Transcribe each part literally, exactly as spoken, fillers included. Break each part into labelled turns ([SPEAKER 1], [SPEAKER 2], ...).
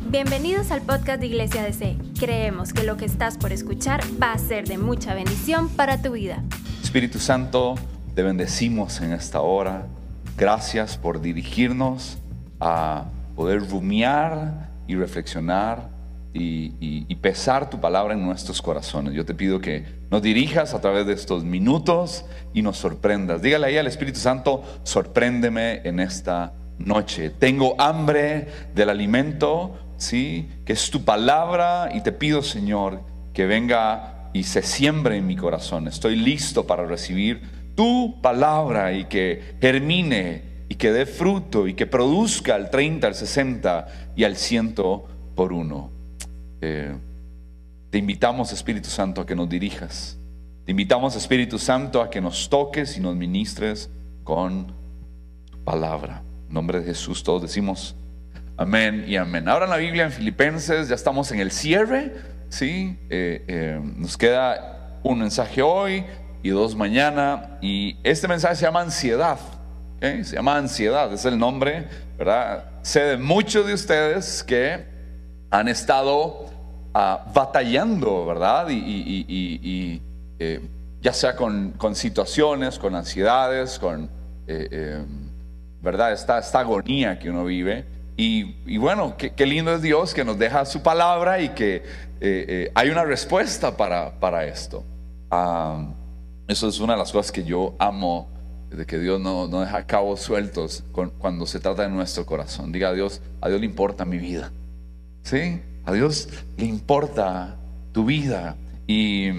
[SPEAKER 1] Bienvenidos al podcast de Iglesia D C. Creemos que lo que estás por escuchar va a ser de mucha bendición para tu vida.
[SPEAKER 2] Espíritu Santo, te bendecimos en esta hora. Gracias por dirigirnos a poder rumiar y reflexionar y, y, y pesar tu palabra en nuestros corazones. Yo te pido que nos dirijas a través de estos minutos y nos sorprendas. Dígale ahí al Espíritu Santo: sorpréndeme en esta noche. Tengo hambre del alimento, ¿sí?, que es tu palabra, y te pido, Señor, que venga y se siembre en mi corazón. Estoy listo para recibir tu palabra y que germine y que dé fruto y que produzca al treinta, al sesenta y al ciento por uno. Eh, te invitamos, Espíritu Santo, a que nos dirijas. Te invitamos, Espíritu Santo, a que nos toques y nos ministres con palabra. En nombre de Jesús todos decimos amén y amén. Ahora en la Biblia, en Filipenses, ya estamos en el cierre, ¿sí? Eh, eh, nos queda un mensaje hoy y dos mañana, y este mensaje se llama ansiedad, ¿okay? Se llama ansiedad, es el nombre, ¿verdad? Sé de muchos de ustedes que han estado uh, batallando, ¿verdad? Y, y, y, y eh, ya sea con, con situaciones, con ansiedades, con, eh, eh, ¿verdad? Esta, esta agonía que uno vive. Y, y bueno, qué, qué lindo es Dios que nos deja su palabra y que eh, eh, hay una respuesta para, para esto. Um, eso es una de las cosas que yo amo, de que Dios no, no deja cabos sueltos con, cuando se trata de nuestro corazón. Diga a Dios: a Dios le importa mi vida, ¿sí? A Dios le importa tu vida. Y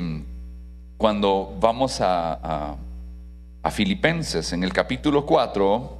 [SPEAKER 2] cuando vamos a, a, a Filipenses, en el capítulo cuatro,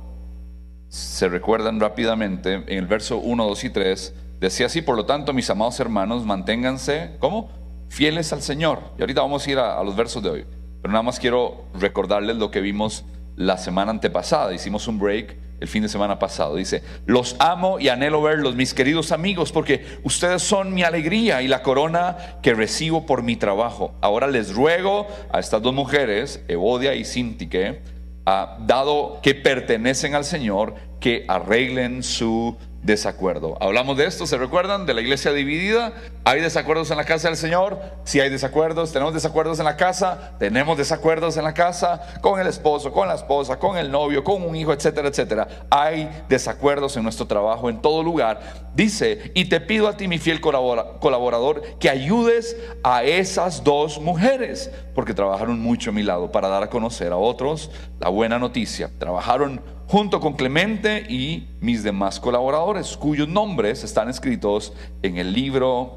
[SPEAKER 2] se recuerdan rápidamente, en el verso uno, dos y tres, decía así: por lo tanto, mis amados hermanos, manténganse, ¿cómo? Fieles al Señor. Y ahorita vamos a ir a, a los versos de hoy, pero nada más quiero recordarles lo que vimos la semana antepasada. Hicimos un break el fin de semana pasado. Dice: los amo y anhelo verlos, mis queridos amigos, porque ustedes son mi alegría y la corona que recibo por mi trabajo. Ahora les ruego a estas dos mujeres, Evodia y Síntique, Uh, dado que pertenecen al Señor, que arreglen su desacuerdo. Hablamos de esto, ¿se recuerdan? De la iglesia dividida. ¿Hay desacuerdos en la casa del Señor? Sí, hay desacuerdos. ¿Tenemos desacuerdos en la casa? Tenemos desacuerdos en la casa, con el esposo, con la esposa, con el novio, con un hijo, etcétera, etcétera. Hay desacuerdos en nuestro trabajo, en todo lugar. Dice: y te pido a ti, mi fiel colaborador, que ayudes a esas dos mujeres, porque trabajaron mucho a mi lado para dar a conocer a otros la buena noticia. Trabajaron junto con Clemente y mis demás colaboradores, cuyos nombres están escritos en el libro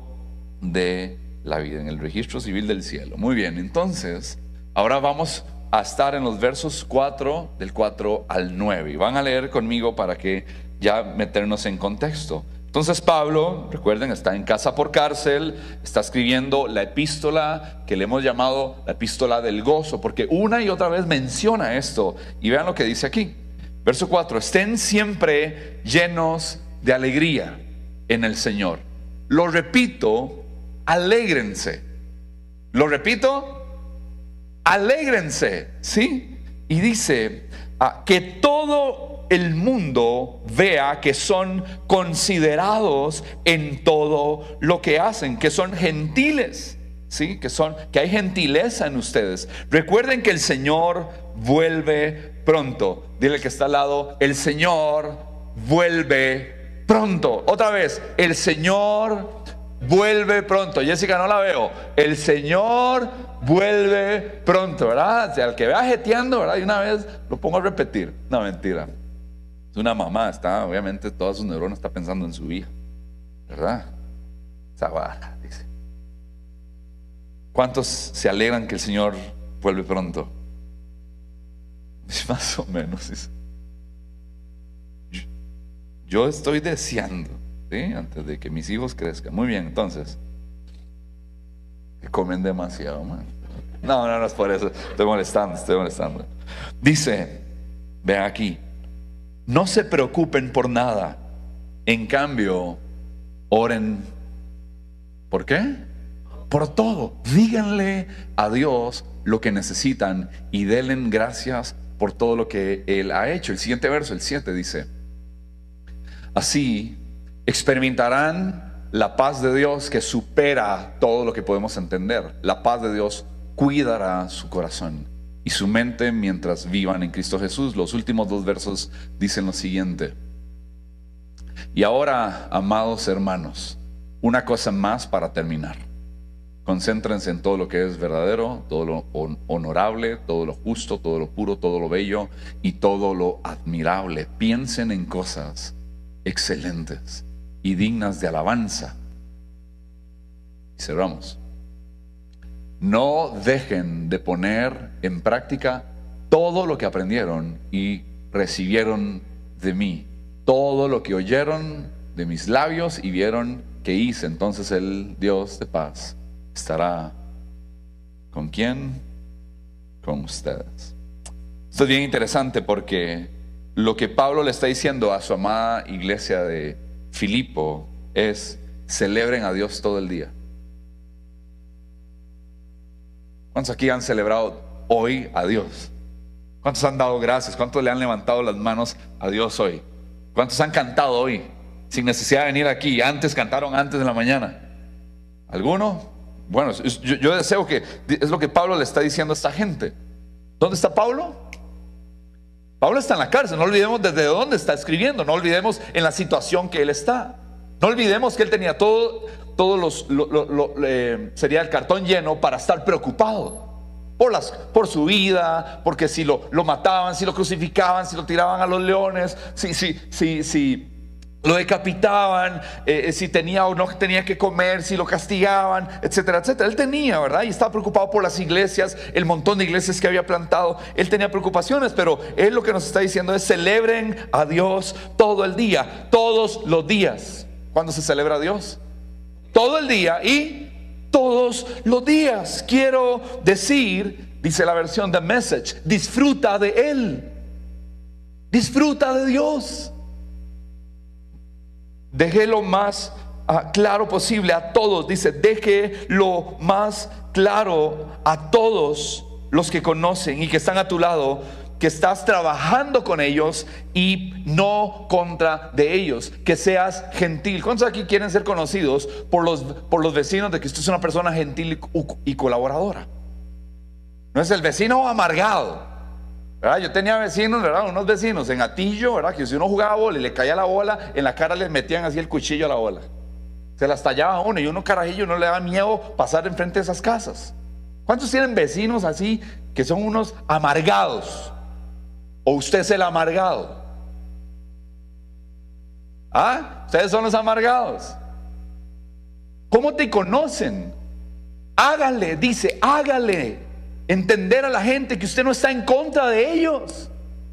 [SPEAKER 2] de la vida, en el registro civil del cielo. Muy bien, entonces ahora vamos a estar en los versos cuatro, del cuatro al nueve, y van a leer conmigo para que ya meternos en contexto. Entonces Pablo, recuerden, está en casa por cárcel, está escribiendo la epístola que le hemos llamado la epístola del gozo, porque una y otra vez menciona esto. Y vean lo que dice aquí. Verso cuatro: estén siempre llenos de alegría en el Señor. Lo repito, alégrense. Lo repito, alégrense, ¿sí? Y dice ah, que todo el mundo vea que son considerados en todo lo que hacen, que son gentiles, ¿sí? Que son, que hay gentileza en ustedes. Recuerden que el Señor vuelve pronto. Dile al que está al lado: el Señor vuelve pronto. Otra vez: el Señor vuelve pronto. Jessica, no la veo. El Señor vuelve pronto, ¿verdad? O sea, al que vea jeteando, ¿verdad? Y una vez lo pongo a repetir. No, mentira. Es una mamá, está, obviamente, todas sus neuronas está pensando en su hija, ¿verdad? Esa vara, dice. ¿Cuántos se alegran que el Señor vuelve pronto? Más o menos. Yo estoy deseando, ¿sí?, antes de que mis hijos crezcan. Muy bien, entonces, que comen demasiado, man. No, no, no es por eso. Estoy molestando, estoy molestando. Dice, vean aquí: no se preocupen por nada, en cambio, oren. ¿Por qué? Por todo. Díganle a Dios lo que necesitan y denle gracias por todo lo que Él ha hecho. El siguiente verso, el siete, dice: así experimentarán la paz de Dios que supera todo lo que podemos entender. La paz de Dios cuidará su corazón y su mente mientras vivan en Cristo Jesús. Los últimos dos versos dicen lo siguiente: y ahora, amados hermanos, una cosa más para terminar. Concéntrense en todo lo que es verdadero, todo lo honorable, todo lo justo, todo lo puro, todo lo bello y todo lo admirable. Piensen en cosas excelentes y dignas de alabanza. Y cerramos. No dejen de poner en práctica todo lo que aprendieron y recibieron de mí, todo lo que oyeron de mis labios y vieron que hice. Entonces el Dios de paz estará ¿con quién? Con ustedes. Esto es bien interesante porque lo que Pablo le está diciendo a su amada iglesia de Filipo es: celebren a Dios todo el día. ¿Cuántos aquí han celebrado hoy a Dios? ¿Cuántos han dado gracias? ¿Cuántos le han levantado las manos a Dios hoy? ¿Cuántos han cantado hoy sin necesidad de venir aquí? Antes cantaron antes de la mañana. ¿Alguno? Bueno, yo, yo deseo que es lo que Pablo le está diciendo a esta gente. ¿Dónde está Pablo? Pablo está en la cárcel. No olvidemos desde dónde está escribiendo. No olvidemos en la situación que él está. No olvidemos que él tenía todo, todos los, lo, lo, lo, eh, sería el cartón lleno para estar preocupado por, las, por su vida, porque si lo, lo mataban, si lo crucificaban, si lo tiraban a los leones, si, si, si, si lo decapitaban, eh, si tenía o no tenía que comer, si lo castigaban, etcétera, etcétera. Él tenía, ¿verdad? Y estaba preocupado por las iglesias, el montón de iglesias que había plantado. Él tenía preocupaciones, pero él lo que nos está diciendo es: celebren a Dios todo el día, todos los días. ¿Cuándo se celebra a Dios? Todo el día y todos los días. Quiero decir, dice la versión de Message, disfruta de Él. Disfruta de Dios. Deje lo más uh, claro posible a todos. Dice: deje lo más claro a todos los que conocen y que están a tu lado, que estás trabajando con ellos y no contra de ellos, que seas gentil. ¿Cuántos aquí quieren ser conocidos por los, por los vecinos de que usted es una persona gentil y, y colaboradora? No es el vecino amargado, ¿verdad? Yo tenía vecinos, ¿verdad? Unos vecinos en Atillo, ¿verdad? Que si uno jugaba bola y le caía la bola, en la cara les metían así el cuchillo a la bola. Se las tallaba uno y uno carajillo no le daba miedo pasar enfrente de esas casas. ¿Cuántos tienen vecinos así que son unos amargados? ¿O usted es el amargado? ¿Ah? Ustedes son los amargados. ¿Cómo te conocen? Hágale, dice, hágale entender a la gente que usted no está en contra de ellos.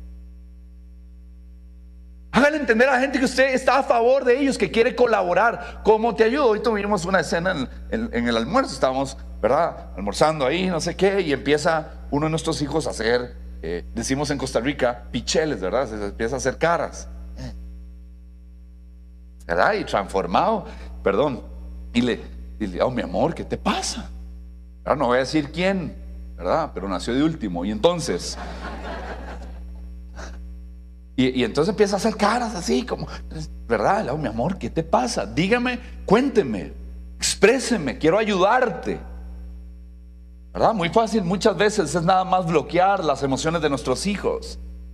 [SPEAKER 2] Hágale entender a la gente que usted está a favor de ellos, que quiere colaborar. ¿Cómo te ayudo? Hoy tuvimos una escena en, en, en el almuerzo. Estábamos, ¿verdad?, almorzando ahí, no sé qué, y empieza uno de nuestros hijos a hacer, eh, decimos en Costa Rica, picheles, ¿verdad? Se empieza a hacer caras, ¿verdad? Y transformado, perdón, y le, y le oh, mi amor, ¿qué te pasa? ¿Verdad? No voy a decir quién, ¿verdad? Pero nació de último. Y entonces y, y entonces empieza a hacer caras así como, ¿verdad? Oh, mi amor, ¿qué te pasa? Dígame, cuénteme, expréseme, quiero ayudarte, ¿verdad? Muy fácil muchas veces es nada más bloquear las emociones de nuestros hijos.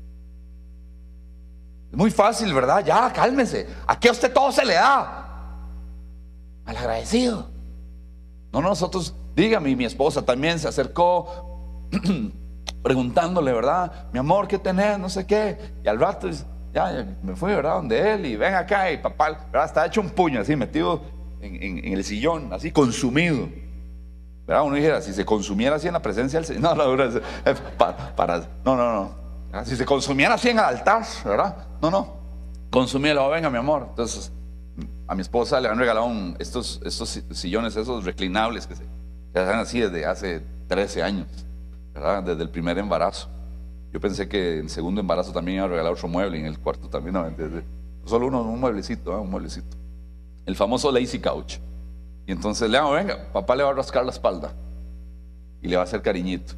[SPEAKER 2] Es muy fácil, ¿verdad? Ya, cálmese. Aquí a usted todo se le da. Malagradecido. No, nosotros, dígame, y mi esposa también se acercó preguntándole, ¿verdad? Mi amor, ¿qué tenés? No sé qué. Y al rato ya, ya me fui, ¿verdad? Donde él, y ven acá, y papá, ¿verdad? Está hecho un puño así, metido en, en, en el sillón, así consumido, ¿verdad? Uno dijera, si se consumiera así en la presencia del Señor, no, no, no, para, para, no, no, no. ¿verdad? Si se consumiera así en el altar, ¿verdad? No, no, consumíelo, venga, mi amor. Entonces a mi esposa le han regalado un, estos, estos sillones, esos reclinables que se, que se hacen así desde hace trece años, ¿verdad? Desde el primer embarazo. Yo pensé que en el segundo embarazo también iba a regalar otro mueble, y en el cuarto también, no, desde, solo uno, un mueblecito, ¿eh? un mueblecito. El famoso lazy couch. Y entonces le hago, venga, papá le va a rascar la espalda y le va a hacer cariñito,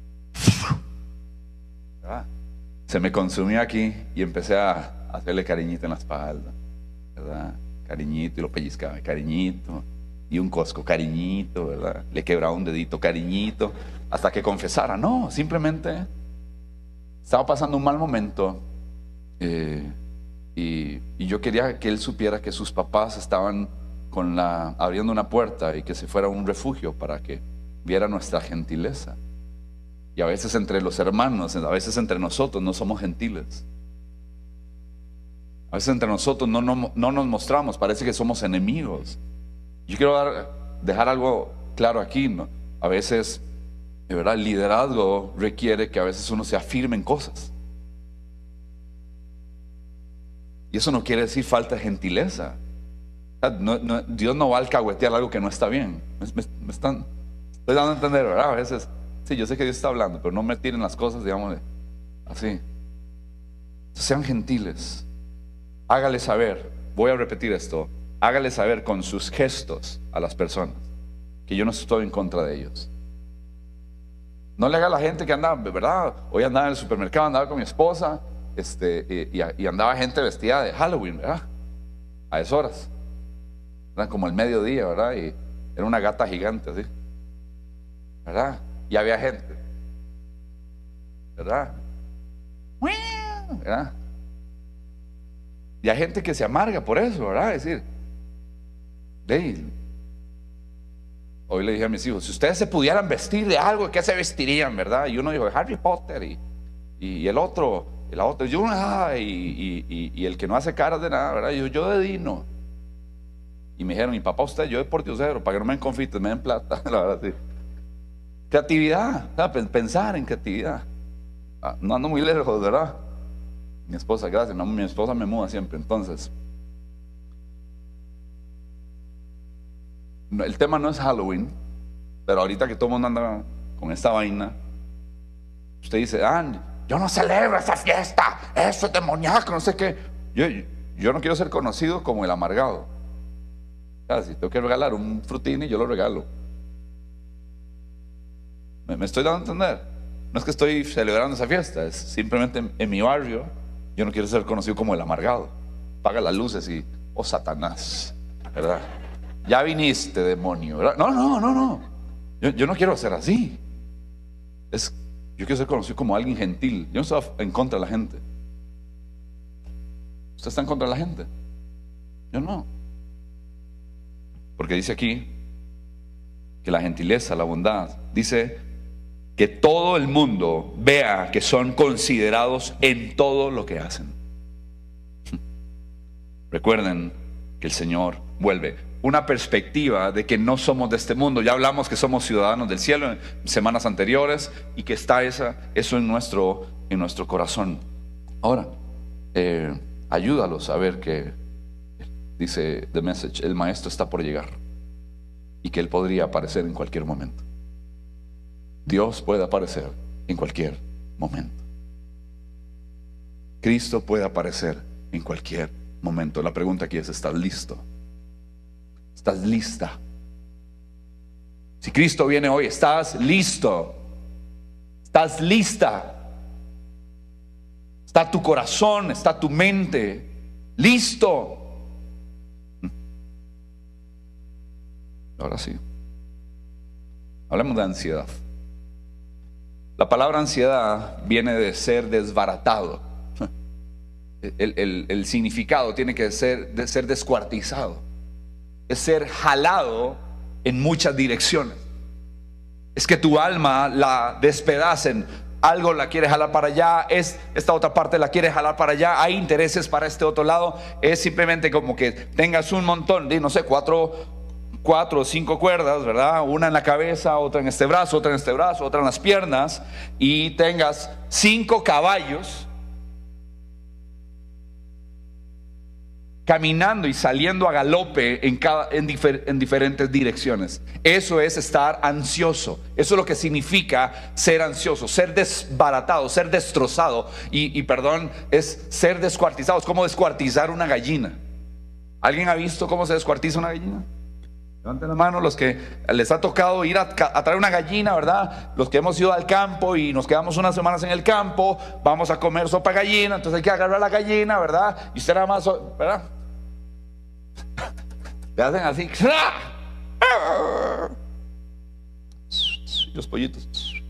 [SPEAKER 2] ¿verdad? Se me consumió aquí y empecé a hacerle cariñito en la espalda, ¿verdad? cariñito, y lo pellizcaba, cariñito, y un cosco, cariñito, ¿verdad? Le quebraba un dedito, cariñito, hasta que confesara. No, simplemente estaba pasando un mal momento, eh, y, y yo quería que él supiera que sus papás estaban con la, abriendo una puerta y que se fuera a un refugio para que viera nuestra gentileza. Y a veces entre los hermanos, a veces entre nosotros no somos gentiles. A veces entre nosotros no, no, no nos mostramos, parece que somos enemigos. Yo quiero dar, dejar algo claro aquí, ¿no? A veces, de verdad, el liderazgo requiere que a veces uno se afirme en cosas. Y eso no quiere decir falta de gentileza. No, no, Dios no va a alcahuetear algo que no está bien. Me, me, me están, estoy dando a entender, ¿verdad? A veces, sí, yo sé que Dios está hablando, pero no me tiren las cosas, digamos, así. Sean gentiles. Hágale saber, voy a repetir esto, hágale saber con sus gestos a las personas que yo no estoy en contra de ellos. No le haga a la gente que anda, ¿verdad? Hoy andaba en el supermercado, andaba con mi esposa, este, y, y andaba gente vestida de Halloween, ¿verdad? A esas horas. Era como el mediodía, ¿verdad? Y era una gata gigante, así, ¿verdad? Y había gente, ¿verdad? ¿verdad? Y hay gente que se amarga por eso, ¿verdad? Es decir, hey, hoy le dije a mis hijos, si ustedes se pudieran vestir de algo, ¿qué se vestirían, verdad? Y uno dijo, Harry Potter, y, y el otro, y la otra, yo, ah, y, y, y, y el que no hace caras de nada, ¿verdad? Y yo, yo de Dino. Y me dijeron, mi papá, usted, yo de pordiosero, para que no me den confites, me den plata. La verdad, sí. Creatividad, ¿sabes? Pensar en creatividad. Ah, no ando muy lejos, ¿verdad? Mi esposa, gracias, no, mi esposa me muda siempre. Entonces, el tema no es Halloween, pero ahorita que todo el mundo anda con esta vaina, usted dice, ah, yo no celebro esa fiesta, eso es demoníaco, no sé qué. Yo, yo no quiero ser conocido como el amargado. Ya, si tengo que regalar un frutini, yo lo regalo. Me, me estoy dando a entender. No es que estoy celebrando esa fiesta, es simplemente en, en mi barrio yo no quiero ser conocido como el amargado. Apaga las luces y, oh Satanás, ¿verdad? Ya viniste, demonio, ¿verdad? No, no, no, no. Yo, yo no quiero ser así. Es, yo quiero ser conocido como alguien gentil. Yo no estoy en contra de la gente. ¿Usted está en contra de la gente? Yo no. Porque dice aquí que la gentileza, la bondad, dice que todo el mundo vea que son considerados en todo lo que hacen. Recuerden que el Señor vuelve. Una perspectiva de que no somos de este mundo. Ya hablamos que somos ciudadanos del cielo en semanas anteriores y que está esa, eso en nuestro, en nuestro corazón. Ahora, eh, ayúdalos a ver que, dice The Message, el maestro está por llegar y que Él podría aparecer en cualquier momento. Dios puede aparecer en cualquier momento. Cristo puede aparecer en cualquier momento. La pregunta aquí es, ¿estás listo? ¿Estás lista? Si Cristo viene hoy, ¿estás listo? ¿Estás lista? ¿Está tu corazón? ¿Está tu mente listo? Ahora sí. Hablemos de ansiedad. La palabra ansiedad viene de ser desbaratado. El, el, el significado tiene que ser de ser descuartizado. Es ser jalado en muchas direcciones. Es que tu alma la despedacen. Algo la quiere jalar para allá, es, esta otra parte la quiere jalar para allá, hay intereses para este otro lado. Es simplemente como que tengas un montón de, no sé, cuatro, cuatro o cinco cuerdas, ¿verdad? Una en la cabeza, otra en este brazo, otra en este brazo, otra en las piernas, y tengas cinco caballos caminando y saliendo a galope en, cada, en, difer, en diferentes direcciones. Eso es estar ansioso. Eso es lo que significa ser ansioso, ser desbaratado, ser destrozado. Y, y perdón, es ser descuartizado. Es como descuartizar una gallina. ¿Alguien ha visto cómo se descuartiza una gallina? Levanten la mano los que les ha tocado ir a, a traer una gallina, ¿verdad? Los que hemos ido al campo y nos quedamos unas semanas en el campo, vamos a comer sopa de gallina, entonces hay que agarrar la gallina, ¿verdad? Y usted nada más, ¿verdad? le hacen así. Los pollitos.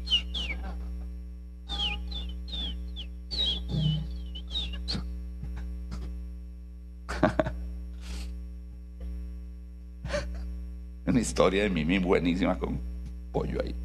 [SPEAKER 2] Una historia de Mimi buenísima con pollo ahí.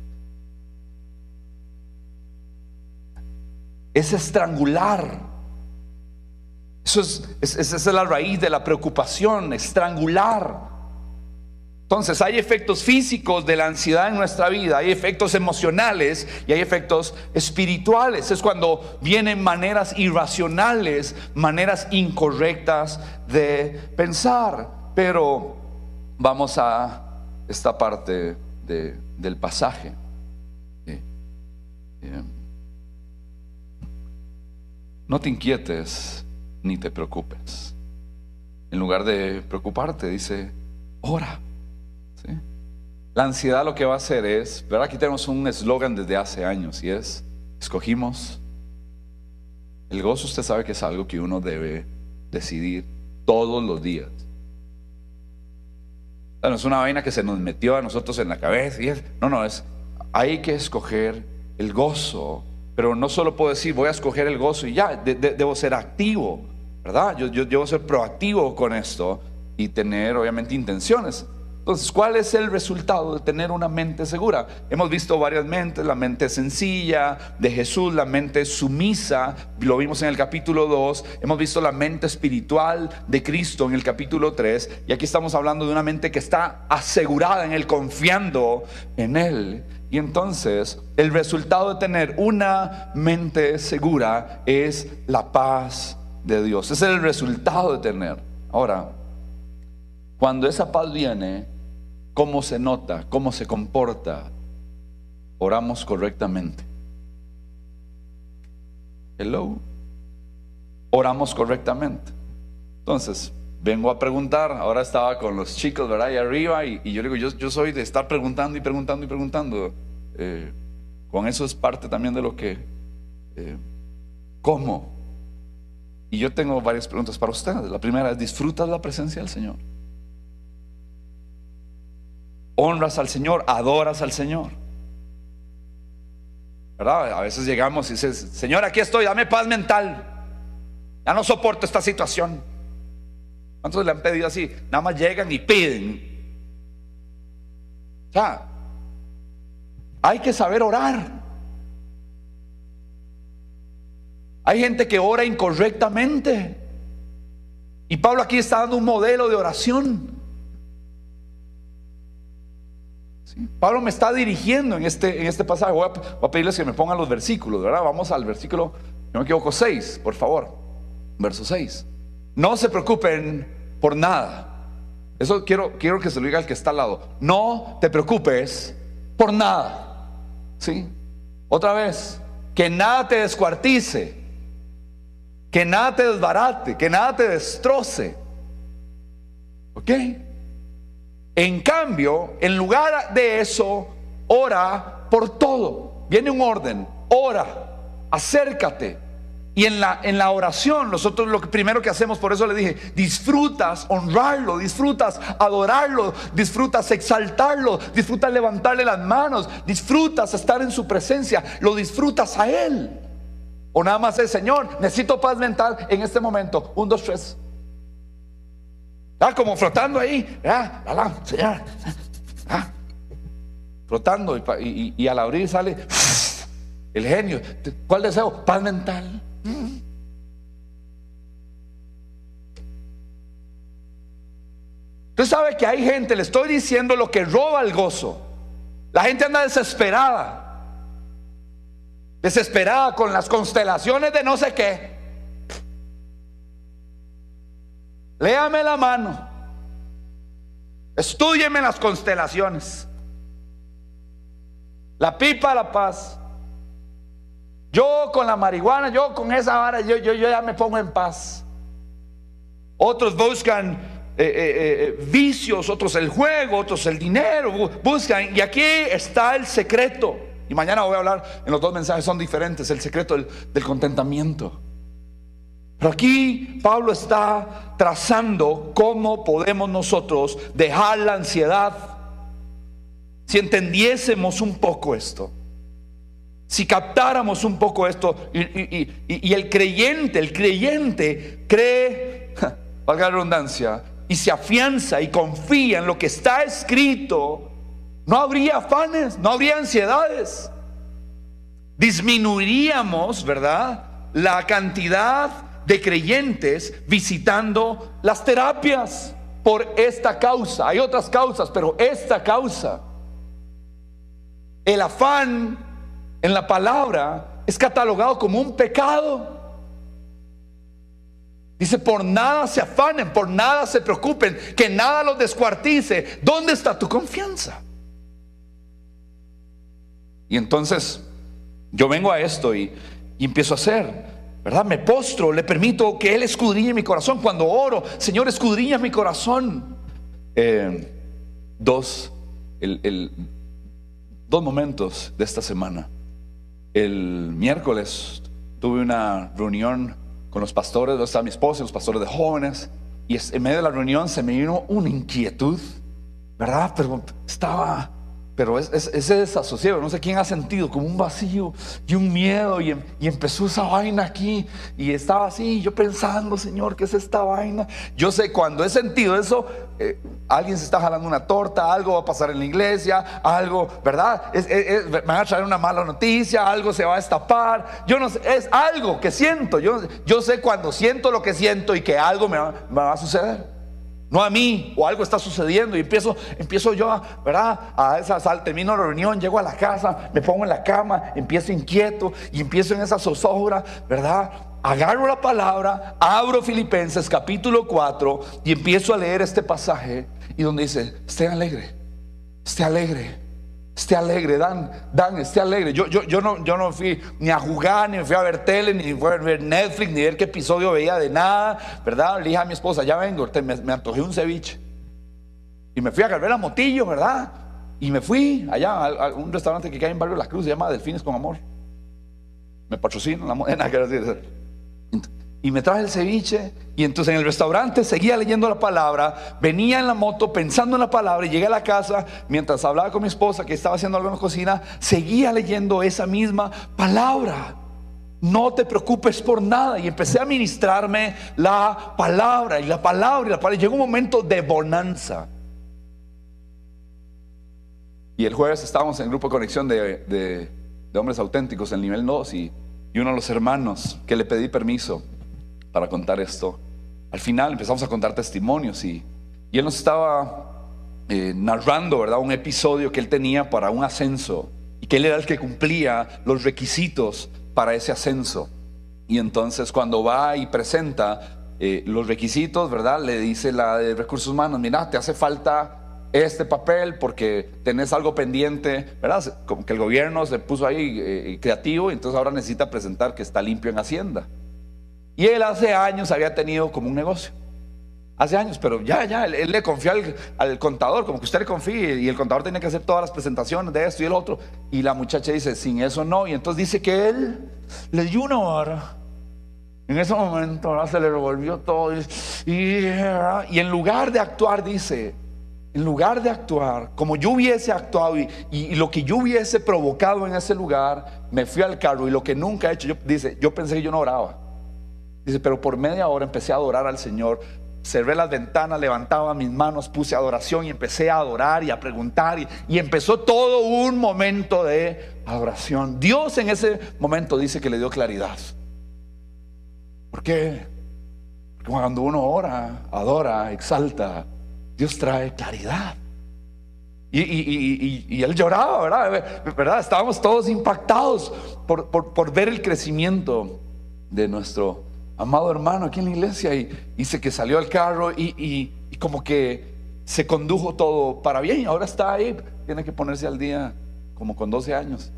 [SPEAKER 2] Es estrangular. Eso es, es, esa es la raíz de la preocupación, estrangular. Entonces hay efectos físicos de la ansiedad en nuestra vida, hay efectos emocionales y hay efectos espirituales. Es cuando vienen maneras irracionales, maneras incorrectas de pensar. Pero vamos a esta parte de, del pasaje. Bien. Bien. No te inquietes ni te preocupes. En lugar de preocuparte, dice, ora. ¿Sí? La ansiedad lo que va a hacer es, ¿verdad? Aquí tenemos un eslogan desde hace años y es, escogimos el gozo. Usted sabe que es algo que uno debe decidir todos los días. No es una vaina que se nos metió a nosotros en la cabeza y es, no, no, es, hay que escoger el gozo. Pero no solo puedo decir voy a escoger el gozo y ya, de, de, debo ser activo, ¿verdad? Yo, yo debo ser proactivo con esto y tener obviamente intenciones. Entonces, ¿cuál es el resultado de tener una mente segura? Hemos visto varias mentes: la mente sencilla de Jesús, la mente sumisa, lo vimos en el capítulo dos. Hemos visto la mente espiritual de Cristo en el capítulo tres. Y aquí estamos hablando de una mente que está asegurada en Él, confiando en Él. Y entonces el resultado de tener una mente segura es la paz de Dios. Ese es el resultado de tener. Ahora, cuando esa paz viene, ¿cómo se nota? ¿Cómo se comporta? Oramos correctamente. Hello. Oramos correctamente. Entonces, vengo a preguntar. Ahora estaba con los chicos, ¿verdad? Ahí arriba, y, y yo digo, yo, yo soy de estar preguntando y preguntando y preguntando. Eh, con eso es parte también de lo que eh, ¿cómo? Y yo tengo varias preguntas para ustedes. La primera es: ¿disfrutas la presencia del Señor? ¿Honras al Señor? ¿Adoras al Señor? ¿Verdad? A veces llegamos y dices: Señor, aquí estoy, dame paz mental, ya no soporto esta situación. ¿Cuántos le han pedido así? Nada más llegan y piden. O sea, hay que saber orar. Hay gente que ora incorrectamente, y Pablo aquí está dando un modelo de oración. ¿Sí? Pablo me está dirigiendo en este, en este pasaje. Voy a, voy a pedirles que me pongan los versículos, ¿verdad? Vamos al versículo, no me equivoco, seis, por favor. Verso seis. No se preocupen por nada. Eso quiero, quiero que se lo diga al que está al lado. No te preocupes por nada. ¿Sí? Otra vez, que nada te descuartice, que nada te desbarate, que nada te destroce. ¿Ok? En cambio, en lugar de eso, ora por todo. Viene un orden: ora, acércate. Y en la, en la oración, nosotros lo que primero que hacemos, por eso le dije, disfrutas honrarlo, disfrutas adorarlo, disfrutas exaltarlo, disfrutas levantarle las manos, disfrutas estar en su presencia, lo disfrutas a Él. O nada más es: Señor, necesito paz mental en este momento. Un, dos, tres. Ah, como frotando ahí. Ah, ah, Señor. Ah, frotando y, y, y al abrir sale el genio. ¿Cuál deseo? Paz mental. Usted sabe que hay gente, le estoy diciendo, lo que roba el gozo. La gente anda desesperada, desesperada con las constelaciones de no sé qué. Léame la mano, estúdieme las constelaciones, la pipa de la paz. Yo con la marihuana, yo con esa vara, yo, yo, yo ya me pongo en paz. Otros buscan eh, eh, eh, vicios, otros el juego, otros el dinero, buscan. Y aquí está el secreto. Y mañana voy a hablar, en los dos mensajes son diferentes, el secreto del, del contentamiento. Pero aquí Pablo está trazando cómo podemos nosotros dejar la ansiedad. Si entendiésemos un poco esto, si captáramos un poco esto, y, y, y, y el creyente, el creyente cree, valga la redundancia, y se afianza y confía en lo que está escrito, no habría afanes, no habría ansiedades. Disminuiríamos, ¿verdad?, la cantidad de creyentes visitando las terapias por esta causa. Hay otras causas, pero esta causa. El afán en la palabra es catalogado como un pecado. Dice: por nada se afanen, por nada se preocupen, que nada los descuartice. ¿Dónde está tu confianza? Y entonces yo vengo a esto y, y empiezo a hacer, ¿verdad? Me postro, le permito que Él escudriñe mi corazón. Cuando oro: Señor, escudriña mi corazón. Eh, dos, el, el, dos momentos de esta semana. El miércoles tuve una reunión con los pastores, donde estaba mi esposa y los pastores de jóvenes, y en medio de la reunión se me vino una inquietud, ¿verdad? Pero estaba... Pero es, es, ese desasosiego, no sé quién ha sentido como un vacío y un miedo, y, y empezó esa vaina aquí, y estaba así, yo pensando: Señor, ¿qué es esta vaina? Yo sé, cuando he sentido eso, eh, alguien se está jalando una torta, algo va a pasar en la iglesia, algo, ¿verdad? Es, es, es, me van a traer una mala noticia, algo se va a destapar, yo no sé, es algo que siento. Yo, yo sé cuando siento lo que siento y que algo me va, me va a suceder. No a mí, o algo está sucediendo, y empiezo, empiezo yo a, ¿verdad? A esa sal, termino la reunión, llego a la casa, me pongo en la cama, empiezo inquieto y empiezo en esa zozobra, ¿verdad? Agarro la palabra, abro Filipenses capítulo cuatro y empiezo a leer este pasaje, y donde dice: esté alegre, esté alegre, esté alegre, Dan, Dan, esté alegre. Yo, yo, yo, no, yo no fui ni a jugar, ni me fui a ver tele, ni fui a ver Netflix, ni ver qué episodio veía de nada, ¿verdad? Le dije a mi esposa: ya vengo, me, me antojé un ceviche. Y me fui a Carvera Motillo, ¿verdad? Y me fui allá a, a un restaurante que hay en Barrio La Cruz, se llama Delfines con Amor. Me patrocina la moneda, quiero decir. Y me traje el ceviche, y entonces en el restaurante seguía leyendo la palabra, venía en la moto pensando en la palabra, y llegué a la casa mientras hablaba con mi esposa, que estaba haciendo algo en la cocina, seguía leyendo esa misma palabra. No te preocupes por nada. Y empecé a ministrarme la palabra, y la palabra, y la palabra. Llegó un momento de bonanza. Y el jueves estábamos en el grupo de conexión de, de, de hombres auténticos, en nivel dos, y, y uno de los hermanos que le pedí permiso para contar esto, al final empezamos a contar testimonios, y, y él nos estaba eh, narrando, ¿verdad?, un episodio que él tenía para un ascenso, y que él era el que cumplía los requisitos para ese ascenso. Y entonces cuando va y presenta eh, los requisitos, ¿verdad?, le dice la de recursos humanos: mira, te hace falta este papel porque tenés algo pendiente, ¿verdad? Como que el gobierno se puso ahí eh, creativo, y entonces ahora necesita presentar que está limpio en Hacienda. Y él hace años había tenido como un negocio, hace años, pero ya, ya, él, él le confió al, al contador, como que usted le confíe, y el contador tenía que hacer todas las presentaciones de esto y el otro, y la muchacha dice: sin eso no. Y entonces dice que él le dio una hora. En ese momento, ¿verdad?, se le revolvió todo, y, y, y en lugar de actuar, dice, en lugar de actuar como yo hubiese actuado, y, y, y lo que yo hubiese provocado en ese lugar, me fui al carro, y lo que nunca he hecho, yo, dice, yo pensé que yo no oraba. Dice, pero por media hora empecé a adorar al Señor. Cerré las ventanas, levantaba mis manos, puse adoración, y empecé a adorar y a preguntar, y, y empezó todo un momento de adoración. Dios en ese momento dice que le dio claridad. ¿Por qué? Porque cuando uno ora, adora, exalta, Dios trae claridad. Y, y, y, y, y él lloraba, ¿verdad? ¿verdad? Estábamos todos impactados por, por, por ver el crecimiento de nuestro amado hermano aquí en la iglesia. Y dice que salió al carro y, y, y como que se condujo todo para bien, y ahora está ahí. Tiene que ponerse al día como con doce años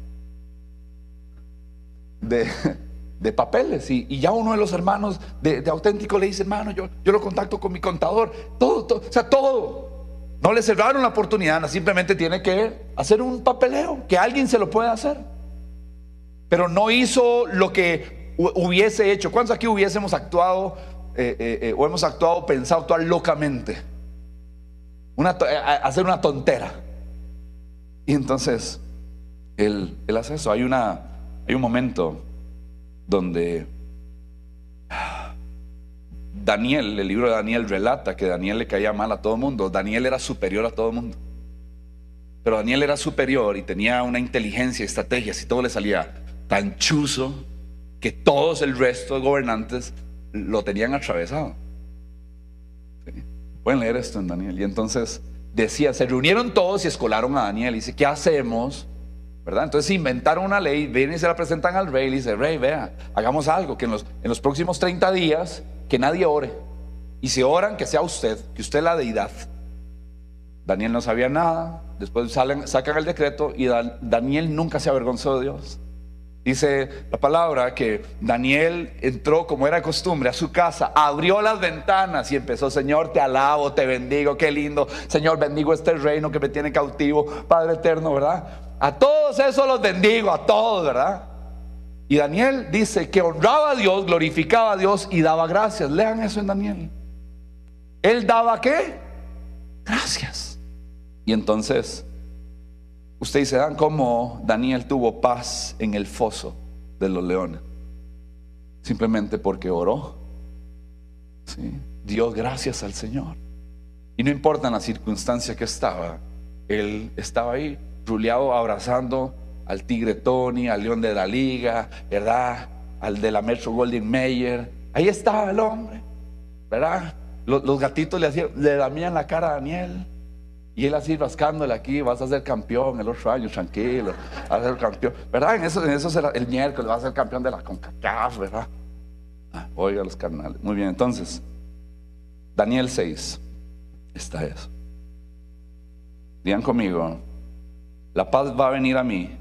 [SPEAKER 2] de, de papeles, y, y ya uno de los hermanos de, de auténtico le dice: hermano, yo, yo lo contacto con mi contador, todo, todo, o sea, todo. No le cerraron la oportunidad, simplemente tiene que hacer un papeleo, que alguien se lo puede hacer. Pero no hizo lo que hubiese hecho, ¿cuántos aquí hubiésemos actuado eh, eh, eh, o hemos actuado, pensado actuar locamente? Una, hacer una tontera. Y entonces él, él hace eso. Hay, una, hay un momento donde Daniel, el libro de Daniel relata que Daniel le caía mal a todo el mundo. Daniel era superior a todo el mundo, pero Daniel era superior y tenía una inteligencia, estrategias, y todo le salía tan chuzo que todos el resto de gobernantes lo tenían atravesado. ¿Sí? Pueden leer esto en Daniel. Y entonces decía, se reunieron todos y escolaron a Daniel y dice, ¿qué hacemos? ¿Verdad? Entonces inventaron una ley, vienen y se la presentan al rey y le dice, rey, vea, hagamos algo, que en los, en los próximos treinta días que nadie ore, y si oran, que sea usted, que usted es la deidad. Daniel no sabía nada. Después salen, sacan el decreto y Dan, Daniel nunca se avergonzó de Dios. Dice la palabra que Daniel entró, como era costumbre, a su casa, abrió las ventanas y empezó, Señor, te alabo, te bendigo, qué lindo, Señor, bendigo este reino que me tiene cautivo, Padre eterno, ¿verdad? A todos esos los bendigo, a todos, ¿verdad? Y Daniel dice que honraba a Dios, glorificaba a Dios y daba gracias. Lean eso en Daniel. Él daba ¿qué? Gracias. Y entonces ustedes se dan cómo Daniel tuvo paz en el foso de los leones. Simplemente porque oró. ¿Sí? Dio gracias al Señor. Y no importa en la circunstancia que estaba, él estaba ahí, ruleado, abrazando al tigre Tony, al león de la liga, ¿verdad? Al de la Metro Goldwyn Mayer. Ahí estaba el hombre, ¿verdad? Los, los gatitos le, hacían, le lamían la cara a Daniel. Y él así rascándole aquí, vas a ser campeón el otro año, tranquilo, vas a ser campeón, ¿verdad? En eso, en eso será el miércoles, vas a ser campeón de la CONCACAF, ¿verdad? Ah, oiga los carnales. Muy bien, entonces, Daniel seis, está eso. Digan conmigo, la paz va a venir a mí.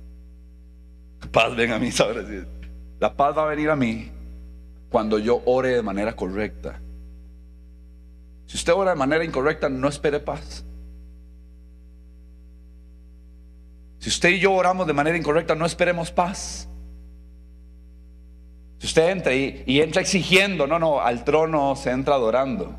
[SPEAKER 2] Paz ven a mí, ¿sabes? La paz va a venir a mí cuando yo ore de manera correcta. Si usted ora de manera incorrecta, no espere paz. Si usted y yo oramos de manera incorrecta, no esperemos paz. Si usted entra y, y entra exigiendo, no, no, al trono se entra adorando.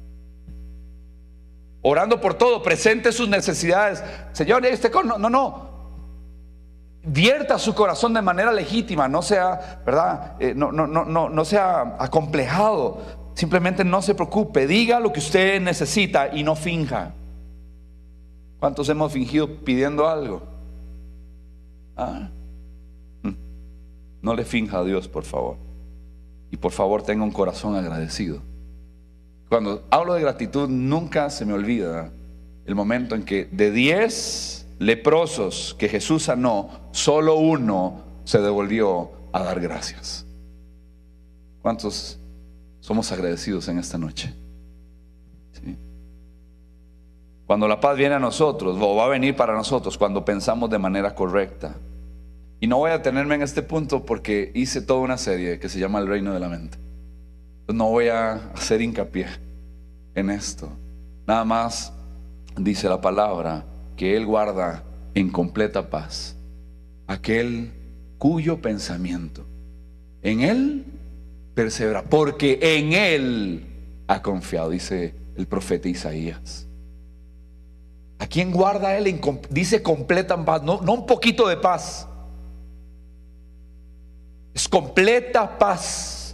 [SPEAKER 2] Orando por todo, presente sus necesidades. Señor, este no, no, no. Vierta su corazón de manera legítima, no sea, ¿verdad? Eh, no, no, no, no, no sea acomplejado. Simplemente no se preocupe, diga lo que usted necesita y no finja. ¿Cuántos hemos fingido pidiendo algo? ¿Ah? No le finja a Dios, por favor. Y por favor tenga un corazón agradecido. Cuando hablo de gratitud, nunca se me olvida el momento en que de diez leprosos que Jesús sanó, solo uno se devolvió a dar gracias. ¿Cuántos somos agradecidos en esta noche? ¿Sí? Cuando la paz viene a nosotros, o va a venir para nosotros, cuando pensamos de manera correcta. Y no voy a detenerme en este punto porque hice toda una serie que se llama El Reino de la Mente. Entonces no voy a hacer hincapié en esto. Nada más dice la palabra que Él guarda en completa paz aquel cuyo pensamiento en Él persevera, porque en Él ha confiado, dice el profeta Isaías. ¿A quién guarda Él? En, dice completa paz, no, no un poquito de paz, es completa paz.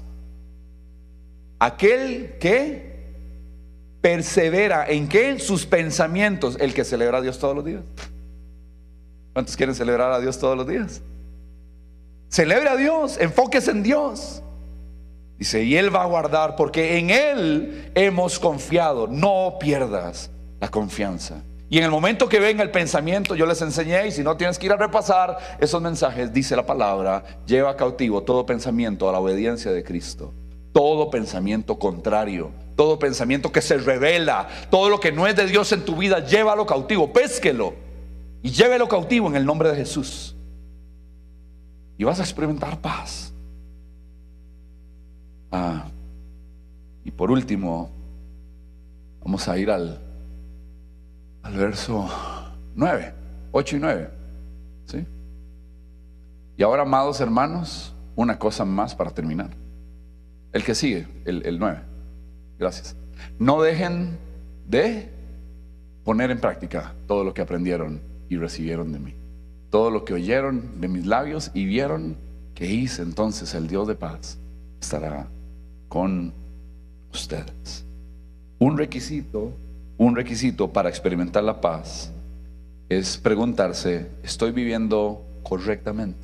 [SPEAKER 2] Aquel que persevera en qué, en sus pensamientos, el que celebra a Dios todos los días. ¿Cuántos quieren celebrar a Dios todos los días? Celebre a Dios, enfóquese en Dios. Dice, y Él va a guardar, porque en Él hemos confiado. No pierdas la confianza. Y en el momento que venga el pensamiento, yo les enseñé, y si no tienes que ir a repasar esos mensajes, dice la palabra, lleva cautivo todo pensamiento a la obediencia de Cristo. Todo pensamiento contrario, todo pensamiento que se revela, todo lo que no es de Dios en tu vida, llévalo cautivo, pésquelo y llévelo cautivo en el nombre de Jesús. Y vas a experimentar paz. Ah, y por último, vamos a ir al al verso nueve, ocho y nueve, ¿sí? Y ahora, amados hermanos, una cosa más para terminar. El que sigue, el, el nueve. Gracias. No dejen de poner en práctica todo lo que aprendieron y recibieron de mí. Todo lo que oyeron de mis labios y vieron que hice, entonces el Dios de paz estará con ustedes. Un requisito, un requisito para experimentar la paz es preguntarse: ¿estoy viviendo correctamente?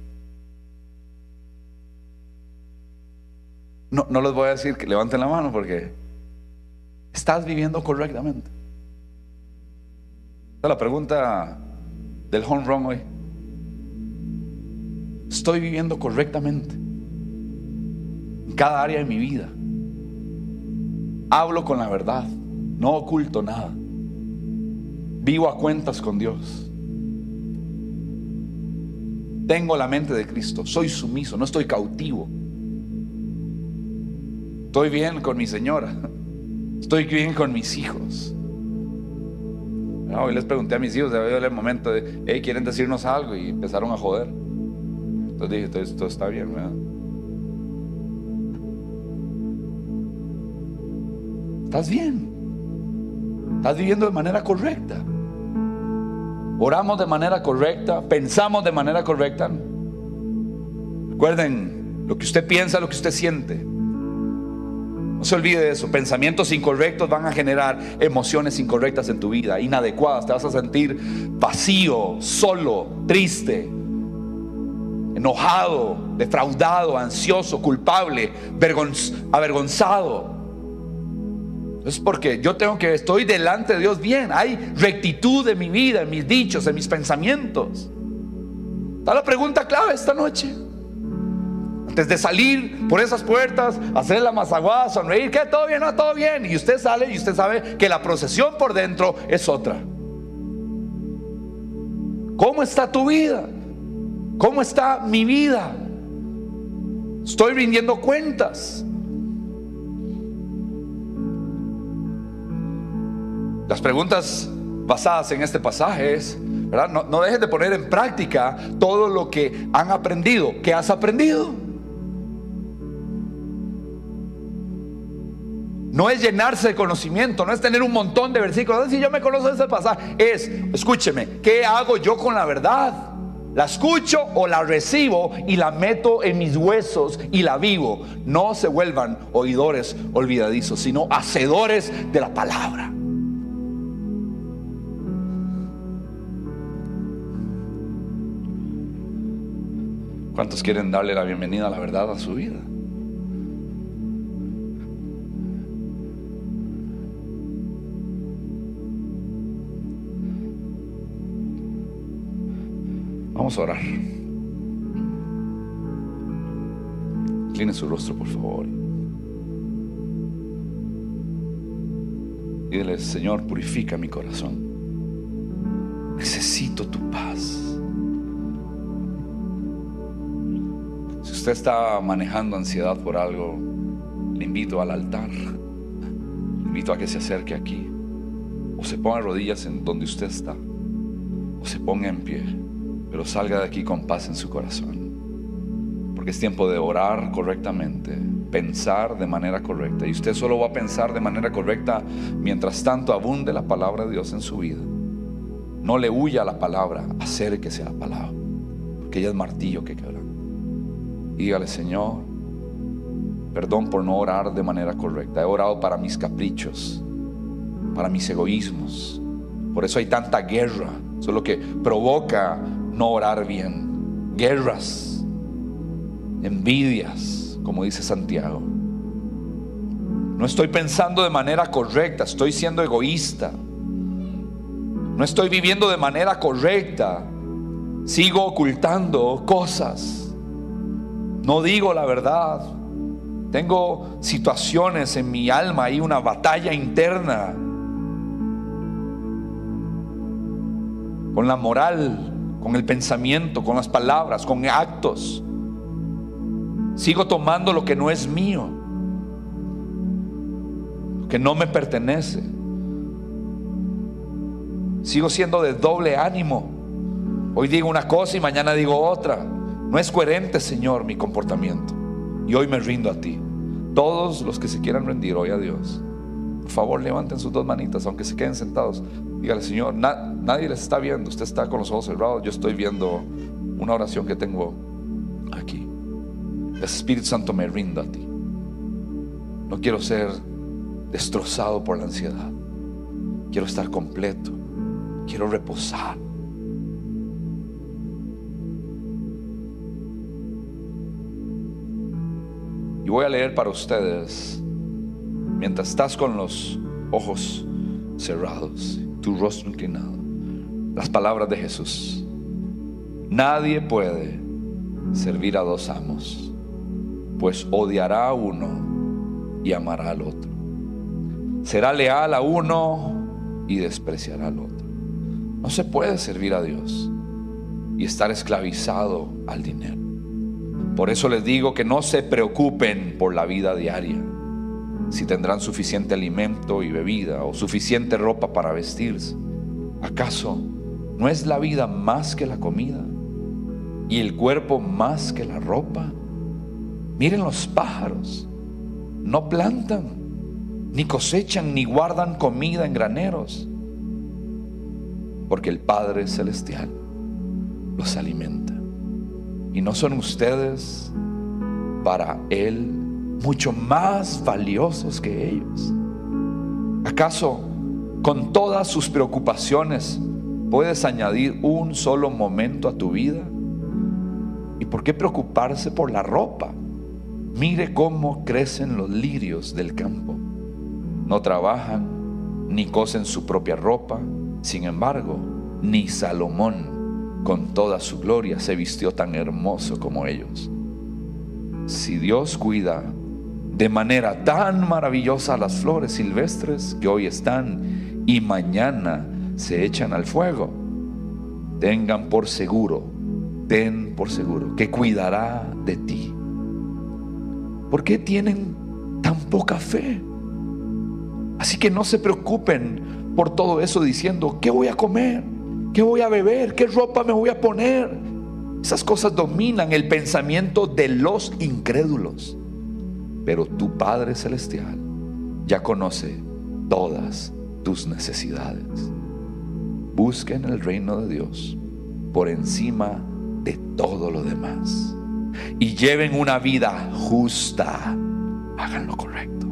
[SPEAKER 2] No, no les voy a decir que levanten la mano, porque ¿estás viviendo correctamente? Esta es la pregunta del home run hoy. ¿Estoy viviendo correctamente en cada área de mi vida? Hablo con la verdad, no oculto nada. Vivo a cuentas con Dios. Tengo la mente de Cristo. Soy sumiso, no estoy cautivo. Estoy bien con mi señora. Estoy bien con mis hijos. Hoy les pregunté a mis hijos, había el momento de: hey, ¿quieren decirnos algo? Y empezaron a joder. Entonces dije: entonces todo está bien, ¿verdad? ¿Estás bien? ¿Estás viviendo de manera correcta? ¿Oramos de manera correcta? ¿Pensamos de manera correcta? Recuerden, lo que usted piensa, lo que usted siente. No se olvide de eso. Pensamientos incorrectos van a generar emociones incorrectas en tu vida, inadecuadas. Te vas a sentir vacío, solo, triste, enojado, defraudado, ansioso, culpable, vergonz- avergonzado. Es porque yo tengo que, estoy delante de Dios bien. Hay rectitud en mi vida, en mis dichos, en mis pensamientos. Está la pregunta clave esta noche. Antes de salir por esas puertas, hacer la mazaguada, sonreír, que todo bien, no, todo bien. Y usted sale y usted sabe que la procesión por dentro es otra. ¿Cómo está tu vida? ¿Cómo está mi vida? Estoy rindiendo cuentas. Las preguntas basadas en este pasaje es, ¿verdad? No, no dejes de poner en práctica todo lo que han aprendido. ¿Qué has aprendido? No es llenarse de conocimiento, no es tener un montón de versículos. Si yo me conozco de ese pasaje, es, escúcheme, ¿qué hago yo con la verdad? ¿La escucho o la recibo y la meto en mis huesos y la vivo? No se vuelvan oidores olvidadizos, sino hacedores de la palabra. ¿Cuántos quieren darle la bienvenida a la verdad a su vida? Vamos a orar. Incline su rostro, por favor. Dígale: Señor, purifica mi corazón. Necesito tu paz. Si usted está manejando ansiedad por algo, le invito al altar. Le invito a que se acerque aquí, o se ponga rodillas en donde usted está, o se ponga en pie, pero salga de aquí con paz en su corazón, porque es tiempo de orar correctamente, pensar de manera correcta. Y usted solo va a pensar de manera correcta mientras tanto abunde la palabra de Dios en su vida. No le huya a la palabra, acérquese a la palabra, porque ella es martillo que quebra. Y dígale: Señor, perdón por no orar de manera correcta. He orado para mis caprichos, para mis egoísmos. Por eso hay tanta guerra. Eso es lo que provoca no orar bien. Guerras, envidias, como dice Santiago. No estoy pensando de manera correcta, estoy siendo egoísta. No estoy viviendo de manera correcta, sigo ocultando cosas. No digo la verdad. Tengo situaciones en mi alma, hay una batalla interna con la moral, con el pensamiento, con las palabras, con actos. Sigo tomando lo que no es mío, lo que no me pertenece. Sigo siendo de doble ánimo. Hoy digo una cosa y mañana digo otra. No es coherente, Señor, mi comportamiento. Y hoy me rindo a ti. Todos los que se quieran rendir hoy a Dios, por favor, levanten sus dos manitas, aunque se queden sentados. Dígale: Señor, na- nadie les está viendo. Usted está con los ojos cerrados. Yo estoy viendo una oración que tengo aquí. Espíritu Santo, me rindo a ti. No quiero ser destrozado por la ansiedad. Quiero estar completo. Quiero reposar. Y voy a leer para ustedes, mientras estás con los ojos cerrados, tu rostro inclinado, las palabras de Jesús. Nadie puede servir a dos amos, pues odiará a uno y amará al otro. Será leal a uno y despreciará al otro. No se puede servir a Dios y estar esclavizado al dinero. Por eso les digo que no se preocupen por la vida diaria, si tendrán suficiente alimento y bebida o suficiente ropa para vestirse. ¿Acaso no es la vida más que la comida y el cuerpo más que la ropa? Miren los pájaros, no plantan, ni cosechan, ni guardan comida en graneros, porque el Padre Celestial los alimenta. ¿Y no son ustedes para Él mucho más valiosos que ellos? ¿Acaso con todas sus preocupaciones puedes añadir un solo momento a tu vida? ¿Y por qué preocuparse por la ropa? Mire cómo crecen los lirios del campo. No trabajan ni cosen su propia ropa. Sin embargo, ni Salomón con toda su gloria se vistió tan hermoso como ellos. Si Dios cuida de manera tan maravillosa las flores silvestres que hoy están y mañana se echan al fuego, tengan por seguro, ten por seguro que cuidará de ti. ¿Por qué tienen tan poca fe? Así que no se preocupen por todo eso diciendo: ¿qué voy a comer? ¿Qué voy a beber? ¿Qué ropa me voy a poner? Esas cosas dominan el pensamiento de los incrédulos. Pero tu Padre Celestial ya conoce todas tus necesidades. Busquen el reino de Dios por encima de todo lo demás y lleven una vida justa. Hagan lo correcto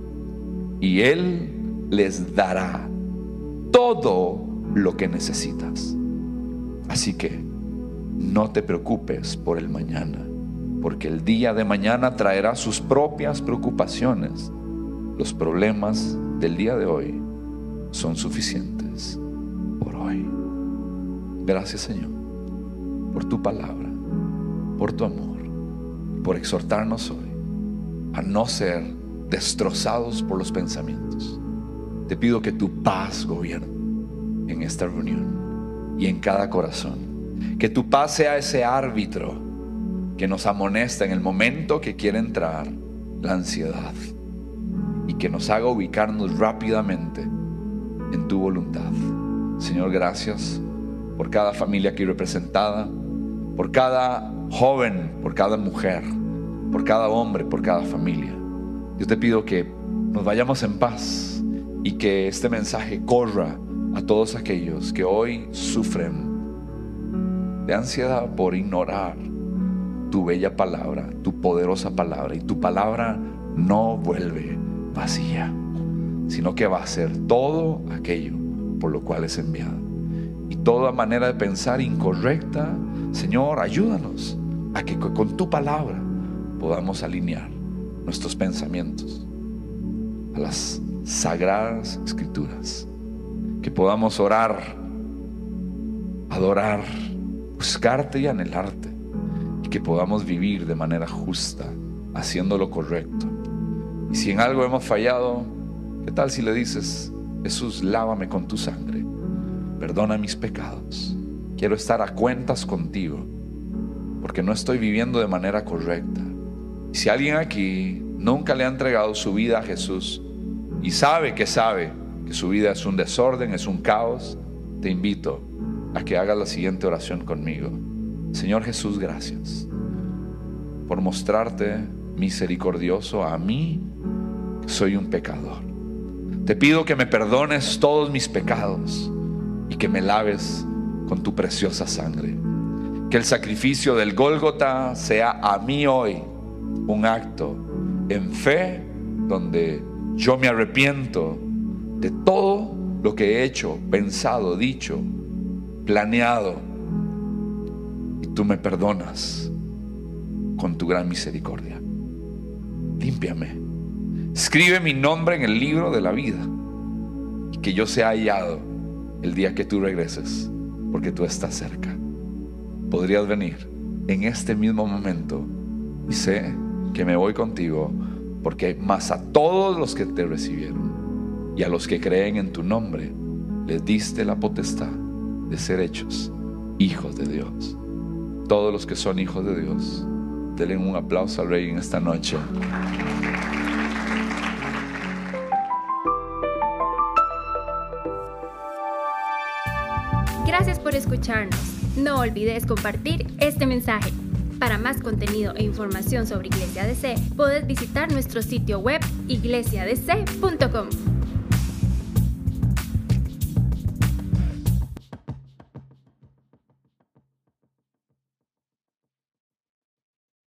[SPEAKER 2] y Él les dará todo lo que necesitas. Así que no te preocupes por el mañana, porque el día de mañana traerá sus propias preocupaciones. Los problemas del día de hoy son suficientes por hoy. Gracias, Señor, por tu palabra, por tu amor, por exhortarnos hoy a no ser destrozados por los pensamientos. Te pido que tu paz gobierne en esta reunión y en cada corazón. Que tu paz sea ese árbitro que nos amonesta en el momento que quiere entrar la ansiedad y que nos haga ubicarnos rápidamente en tu voluntad. Señor, gracias por cada familia aquí representada, por cada joven, por cada mujer, por cada hombre, por cada familia. Yo te pido que nos vayamos en paz y que este mensaje corra a todos aquellos que hoy sufren de ansiedad por ignorar tu bella palabra, tu poderosa palabra. Y tu palabra no vuelve vacía, sino que va a ser todo aquello por lo cual es enviada. Y toda manera de pensar incorrecta, Señor, ayúdanos a que con tu palabra podamos alinear nuestros pensamientos a las sagradas escrituras. Que podamos orar, adorar, buscarte y anhelarte, y que podamos vivir de manera justa, haciendo lo correcto. Y si en algo hemos fallado, ¿qué tal si le dices: Jesús, lávame con tu sangre, perdona mis pecados, quiero estar a cuentas contigo, porque no estoy viviendo de manera correcta? Y si alguien aquí nunca le ha entregado su vida a Jesús y sabe que sabe que su vida es un desorden, es un caos, te invito a que hagas la siguiente oración conmigo. Señor Jesús, gracias por mostrarte misericordioso a mí, que soy un pecador. Te pido que me perdones todos mis pecados y que me laves con tu preciosa sangre. Que el sacrificio del Gólgota sea a mí hoy un acto en fe, donde yo me arrepiento de todo lo que he hecho, pensado, dicho, planeado, y tú me perdonas con tu gran misericordia. Límpiame, escribe mi nombre en el libro de la vida, y que yo sea hallado el día que tú regreses, porque tú estás cerca. Podrías venir en este mismo momento, y sé que me voy contigo, porque más a todos los que te recibieron y a los que creen en tu nombre les diste la potestad de ser hechos hijos de Dios. Todos los que son hijos de Dios, denle un aplauso al Rey en esta noche.
[SPEAKER 1] Gracias por escucharnos. No olvides compartir este mensaje. Para más contenido e información sobre Iglesia D C, puedes visitar nuestro sitio web iglesia d c punto com.